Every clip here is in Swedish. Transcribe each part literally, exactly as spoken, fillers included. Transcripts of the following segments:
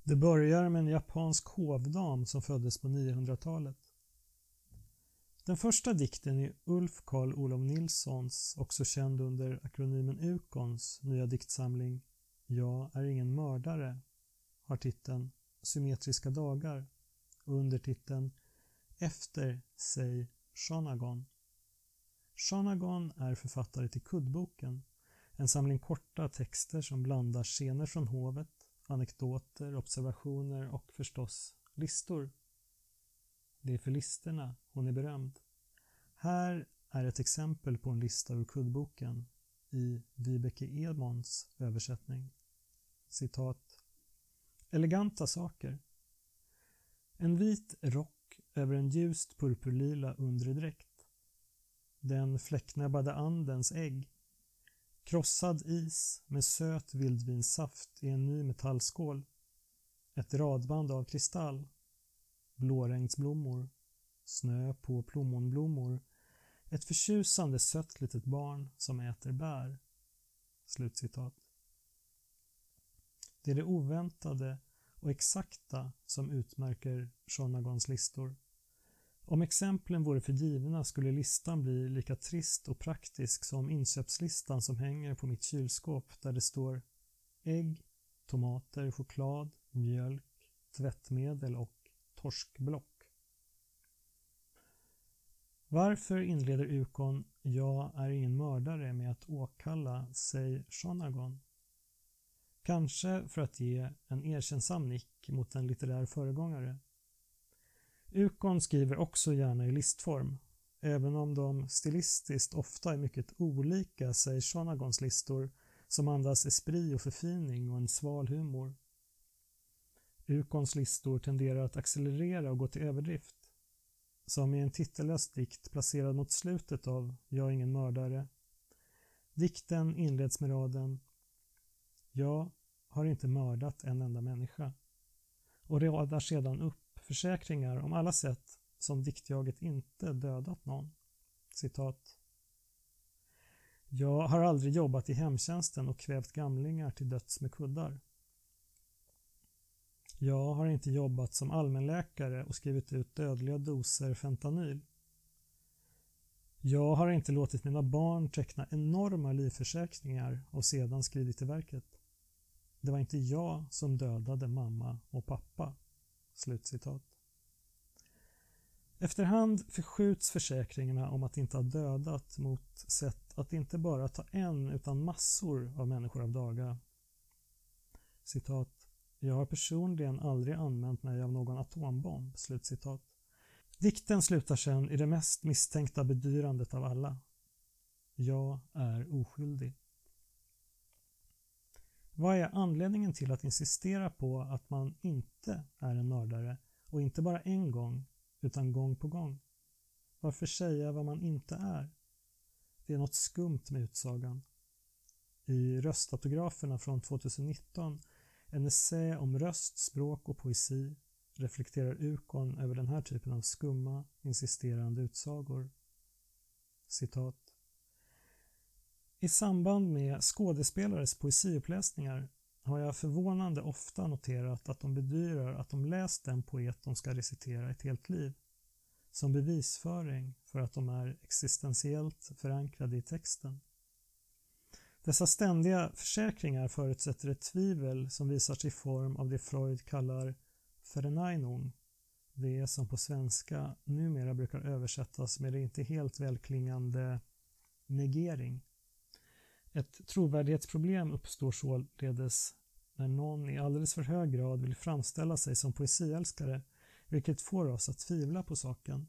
Det börjar med en japansk hovdam som föddes på niohundratalet. Den första dikten i Ulf Carl Olof Nilssons, också känd under akronymen Ukons, nya diktsamling Jag är ingen mördare har titeln Symmetriska dagar och undertiteln Efter sig Shanagon. Shanagon är författare till Kuddboken, en samling korta texter som blandar scener från hovet, anekdoter, observationer och förstås listor. Det är för listerna hon är berömd. Här är ett exempel på en lista ur Kuddboken i Vibeke Edmonds översättning. Citat. Eleganta saker. En vit rock över en ljust purpurlila undre dräkt. Den fläcknäbbade andens ägg. Krossad is med söt vildvinssaft i en ny metallskål. Ett radband av kristall. Blåregnsblommor. Snö på plommonblommor. Ett förtjusande sött litet barn som äter bär. Slutcitat. Det är det oväntade och exakta som utmärker Shonagons listor. Om exemplen vore för givna skulle listan bli lika trist och praktisk som inköpslistan som hänger på mitt kylskåp där det står ägg, tomater, choklad, mjölk, tvättmedel och torskblock. Varför inleder Ukon Jag är ingen mördare med att åkalla sig Shonagon? Kanske för att ge en erkännsam nick mot en litterär föregångare. Ukon skriver också gärna i listform, även om de stilistiskt ofta är mycket olika sig Shonagons listor som andas esprit och förfining och en sval humor. Ukons listor tenderar att accelerera och gå till överdrift, som i en titellös dikt placerad mot slutet av Jag är ingen mördare. Dikten inleds med raden Jag har inte mördat en enda människa och radar sedan upp försäkringar om alla sätt som diktjaget inte dödat någon. Citat. Jag har aldrig jobbat i hemtjänsten och kvävt gamlingar till döds med kuddar. Jag har inte jobbat som allmänläkare och skrivit ut dödliga doser fentanyl. Jag har inte låtit mina barn teckna enorma livförsäkringar och sedan skridit till verket. Det var inte jag som dödade mamma och pappa. Slutcitat. Efterhand förskjuts försäkringarna om att inte ha dödat mot sätt att inte bara ta en utan massor av människor av daga. Citat. Jag har personligen aldrig använt mig av någon atombomb. Slutcitat. Dikten slutar sedan i det mest misstänkta bedyrandet av alla. Jag är oskyldig. Vad är anledningen till att insistera på att man inte är en mördare och inte bara en gång utan gång på gång? Varför säga vad man inte är? Det är något skumt med utsagan. I röstautograferna från tjugonitton, en essä om röst, språk och poesi, reflekterar Ukon över den här typen av skumma, insisterande utsagor. Citat. I samband med skådespelares poesiuppläsningar har jag förvånande ofta noterat att de bedyrar att de läst den poet de ska recitera ett helt liv, som bevisföring för att de är existentiellt förankrade i texten. Dessa ständiga försäkringar förutsätter ett tvivel som visar sig i form av det Freud kallar Verneinung, det som på svenska numera brukar översättas med det inte helt välklingande negering. Ett trovärdighetsproblem uppstår således när någon i alldeles för hög grad vill framställa sig som poesiälskare, vilket får oss att tvivla på saken.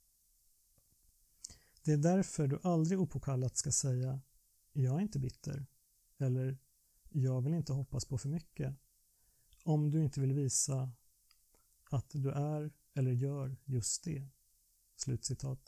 Det är därför du aldrig opåkallat ska säga jag är inte bitter eller jag vill inte hoppas på för mycket, om du inte vill visa att du är eller gör just det. Slutcitat.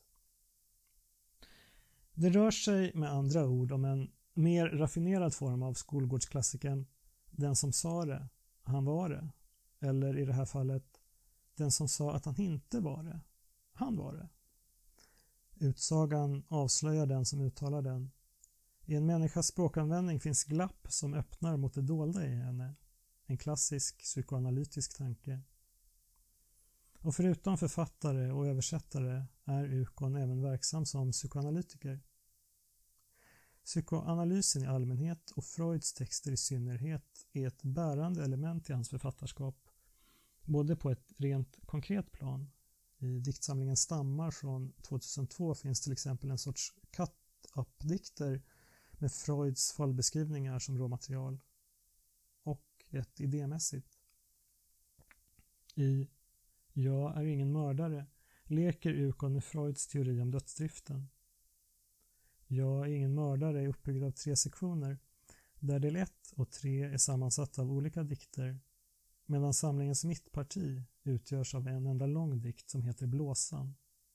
Det rör sig med andra ord om en mer raffinerad form av skolgårdsklassikern den som sa det, han var det, eller i det här fallet den som sa att han inte var det, han var det. Utsagan avslöjar den som uttalar den. I en människas språkanvändning finns glapp som öppnar mot det dolda i henne. en klassisk psykoanalytisk tanke. Och förutom författare och översättare är Ukon även verksam som psykoanalytiker. Psykoanalysen i allmänhet och Freuds texter i synnerhet är ett bärande element i hans författarskap, både på ett rent konkret plan. I diktsamlingen Stammar från tjugohundratvå finns till exempel en sorts cut-up-dikter med Freuds fallbeskrivningar som råmaterial, och ett idémässigt. I Jag är ingen mördare leker Ukon med Freuds teori om dödsdriften. Jag är ingen mördare är uppbyggd av tre sektioner, där del ett och tre är sammansatta av olika dikter, medan samlingens mittparti utgörs av en enda lång dikt som heter Blåsan.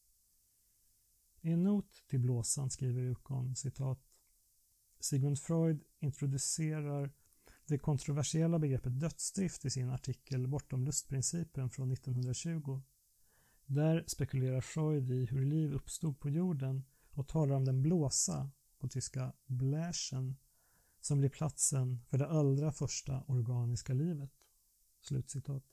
I en not till Blåsan skriver Ukon, citat, Sigmund Freud introducerar det kontroversiella begreppet dödsdrift i sin artikel Bortom lustprincipen från nittonhundratjugo. Där spekulerar Freud i hur liv uppstod på jorden och talar om den blåsa, på tyska Bläschen, som blir platsen för det allra första organiska livet. Slutcitat.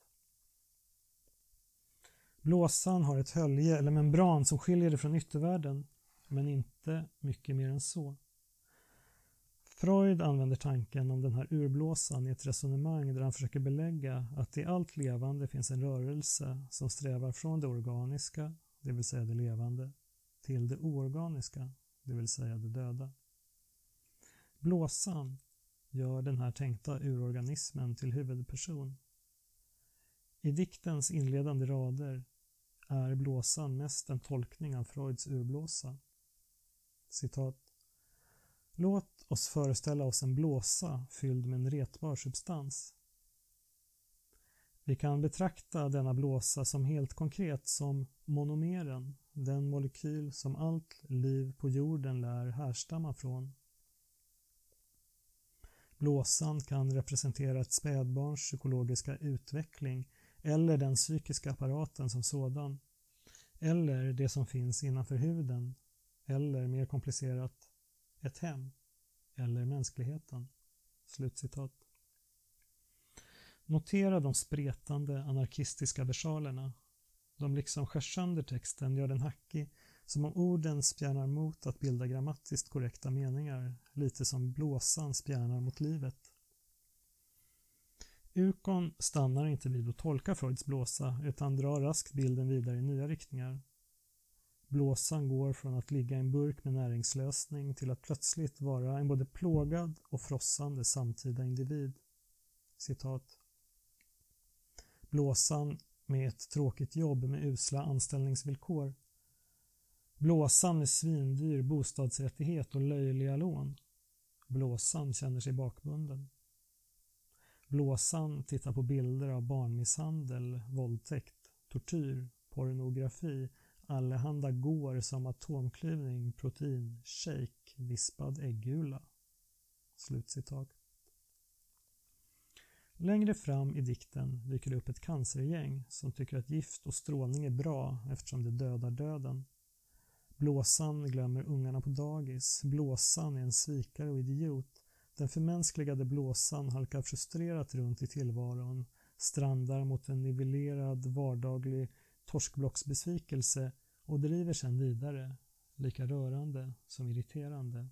Blåsan har ett hölje eller membran som skiljer det från yttervärlden, men inte mycket mer än så. Freud använder tanken om den här urblåsan i ett resonemang där han försöker belägga att i allt levande finns en rörelse som strävar från det organiska, det vill säga det levande, till det oorganiska, det vill säga det döda. Blåsan gör den här tänkta urorganismen till huvudperson. I diktens inledande rader är blåsan mest en tolkning av Freuds urblåsa. Citat. Låt oss föreställa oss en blåsa fylld med en retbar substans. Vi kan betrakta denna blåsa som helt konkret som monomeren, den molekyl som allt liv på jorden lär härstamma från. Blåsan kan representera ett spädbarns psykologiska utveckling eller den psykiska apparaten som sådan, eller det som finns innanför huden, eller mer komplicerat, ett hem, eller mänskligheten. Slutcitat. Notera de spretande anarkistiska versalerna. De liksom skär sönder texten, gör den hackig, som om orden spjärnar mot att bilda grammatiskt korrekta meningar, lite som blåsan spjärnar mot livet. Ukon stannar inte vid att tolka Freuds blåsa utan drar raskt bilden vidare i nya riktningar. Blåsan går från att ligga i en burk med näringslösning till att plötsligt vara en både plågad och frossande samtida individ. Citat. Blåsan med ett tråkigt jobb med usla anställningsvillkor. Blåsan med svindyr bostadsrättighet och löjliga lån. Blåsan känner sig bakbunden. Blåsan tittar på bilder av barnmisshandel, våldtäkt, tortyr, pornografi, allehanda går som atomklyvning, protein, shake, vispad äggula. Slutcitat. Längre fram i dikten dyker det upp ett cancergäng som tycker att gift och strålning är bra eftersom det dödar döden. Blåsan glömmer ungarna på dagis. Blåsan är en svikare och idiot. Den förmänskligade blåsan halkar frustrerat runt i tillvaron, strandar mot en nivellerad vardaglig torskblocksbesvikelse och driver sedan vidare, lika rörande som irriterande.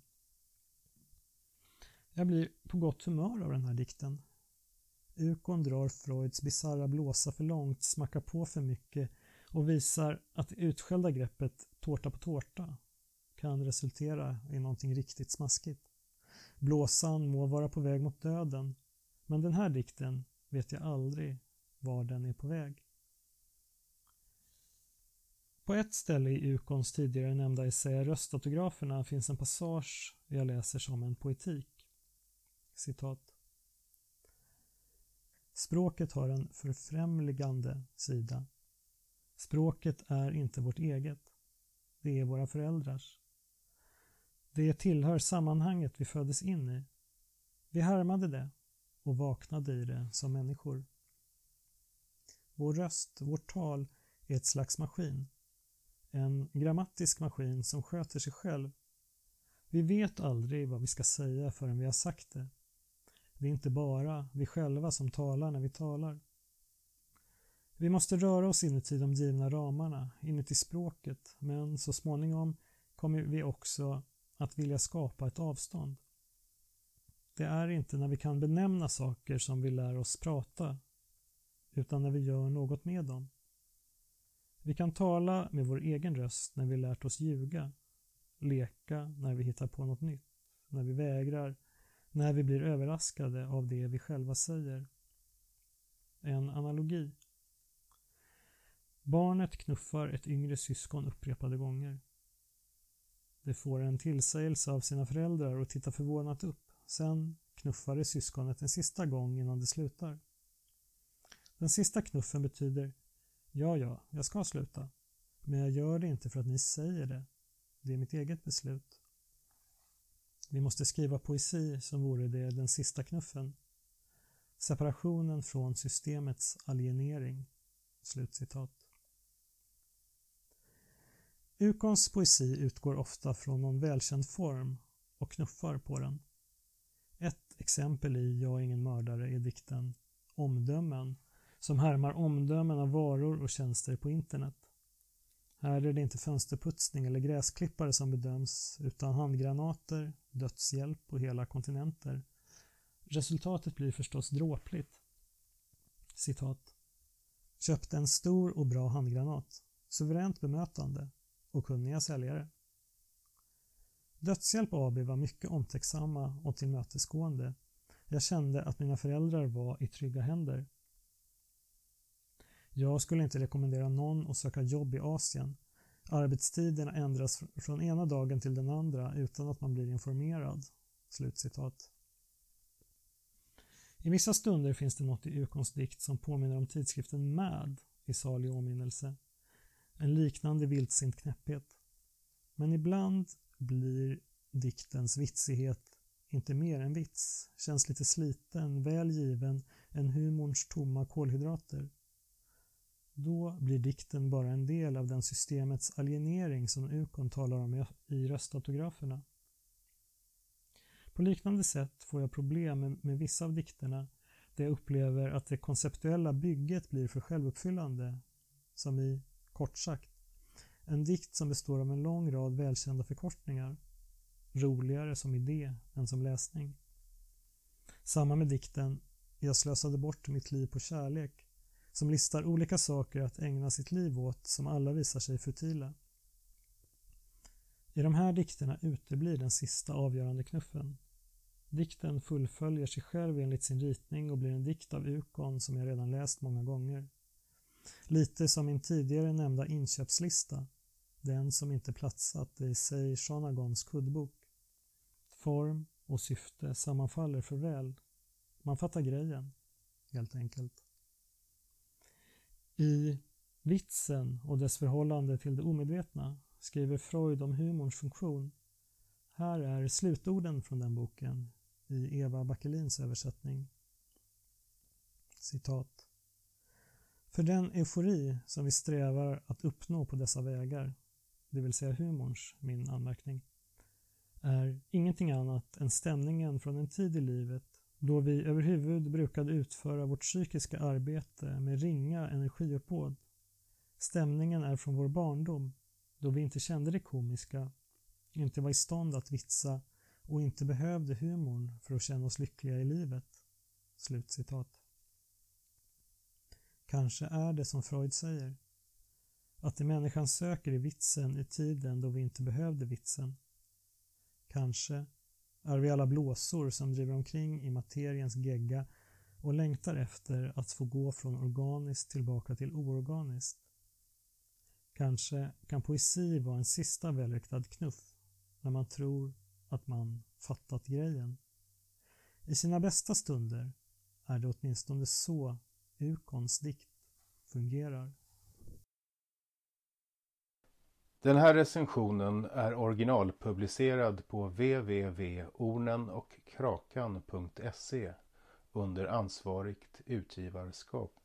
Jag blir på gott humör av den här dikten. Ukon drar Freuds bizarra blåsa för långt, smackar på för mycket och visar att det utskällda greppet tårta på tårta kan resultera i någonting riktigt smaskigt. Blåsan må vara på väg mot döden, men den här dikten vet jag aldrig var den är på väg. På ett ställe i Ukons tidigare nämnda essä Röstautograferna finns en passage jag läser som en poetik. Citat. Språket har en förfrämligande sida. Språket är inte vårt eget. Det är våra föräldrars. Det tillhör sammanhanget vi föddes in i. Vi härmade det och vaknade i det som människor. Vår röst, vårt tal är ett slags maskin. En grammatisk maskin som sköter sig själv. Vi vet aldrig vad vi ska säga förrän vi har sagt det. Det är inte bara vi själva som talar när vi talar. Vi måste röra oss inuti de givna ramarna, inuti språket, men så småningom kommer vi också att vilja skapa ett avstånd. Det är inte när vi kan benämna saker som vi lär oss prata, utan när vi gör något med dem. Vi kan tala med vår egen röst när vi lärt oss ljuga, leka när vi hittar på något nytt, när vi vägrar, när vi blir överraskade av det vi själva säger. En analogi. Barnet knuffar ett yngre syskon upprepade gånger. Det får en tillsägelse av sina föräldrar och tittar förvånat upp. Sen knuffar det syskonet en sista gång innan det slutar. Den sista knuffen betyder ja, ja, jag ska sluta. Men jag gör det inte för att ni säger det. Det är mitt eget beslut. Vi måste skriva poesi som vore det den sista knuffen. Separationen från systemets alienering. Slutcitat. Ukons poesi utgår ofta från någon välkänd form och knuffar på den. Ett exempel i Jag är ingen mördare är dikten Omdömen, som härmar omdömen av varor och tjänster på internet. Här är det inte fönsterputsning eller gräsklippare som bedöms, utan handgranater, dödshjälp och hela kontinenter. Resultatet blir förstås dråpligt. Citat. Köpte en stor och bra handgranat, suveränt bemötande och kunniga säljare. Dödshjälp A B var mycket omtänksamma och tillmötesgående. Jag kände att mina föräldrar var i trygga händer. Jag skulle inte rekommendera någon att söka jobb i Asien. Arbetstiderna ändras från ena dagen till den andra utan att man blir informerad. Slutcitat. I vissa stunder finns det något i Ukons dikt som påminner om tidskriften Mad i salig åminnelse. En liknande vildsint knäpphet. Men ibland blir diktens vitsighet inte mer än vits, känns lite sliten, väl given, en humorns tomma kolhydrater. Då blir dikten bara en del av den systemets alienering som Ukon talar om i röstautograferna. På liknande sätt får jag problem med, med vissa av dikterna där jag upplever att det konceptuella bygget blir för självuppfyllande, som i Kort sagt, en dikt som består av en lång rad välkända förkortningar, roligare som idé än som läsning. Samma med dikten Jag slösade bort mitt liv på kärlek, som listar olika saker att ägna sitt liv åt som alla visar sig futila. I de här dikterna uteblir den sista avgörande knuffen. Dikten fullföljer sig själv enligt sin ritning och blir en dikt av Ukon som jag redan läst många gånger. Lite som min tidigare nämnda inköpslista, den som inte platsat i sig Shonagons kuddbok. Form och syfte sammanfaller för väl. Man fattar grejen, helt enkelt. I Vitsen och dess förhållande till det omedvetna skriver Freud om humorns funktion. Här är slutorden från den boken i Eva Backelins översättning. Citat. För den eufori som vi strävar att uppnå på dessa vägar, det vill säga humorns, min anmärkning, är ingenting annat än stämningen från en tid i livet då vi överhuvud brukade utföra vårt psykiska arbete med ringa energiuppbåd. Stämningen är från vår barndom, då vi inte kände det komiska, inte var i stånd att vitsa och inte behövde humorn för att känna oss lyckliga i livet. Slutcitat. Kanske är det som Freud säger, att det människan söker i vitsen i tiden då vi inte behövde vitsen. Kanske är vi alla blåsor som driver omkring i materiens gegga och längtar efter att få gå från organiskt tillbaka till oorganiskt. Kanske kan poesi vara en sista välriktad knuff när man tror att man fattat grejen. I sina bästa stunder är det åtminstone så Ukons dikt fungerar. Den här recensionen är originalpublicerad på w w w punkt ornen och krakan punkt se under ansvarigt utgivarskap.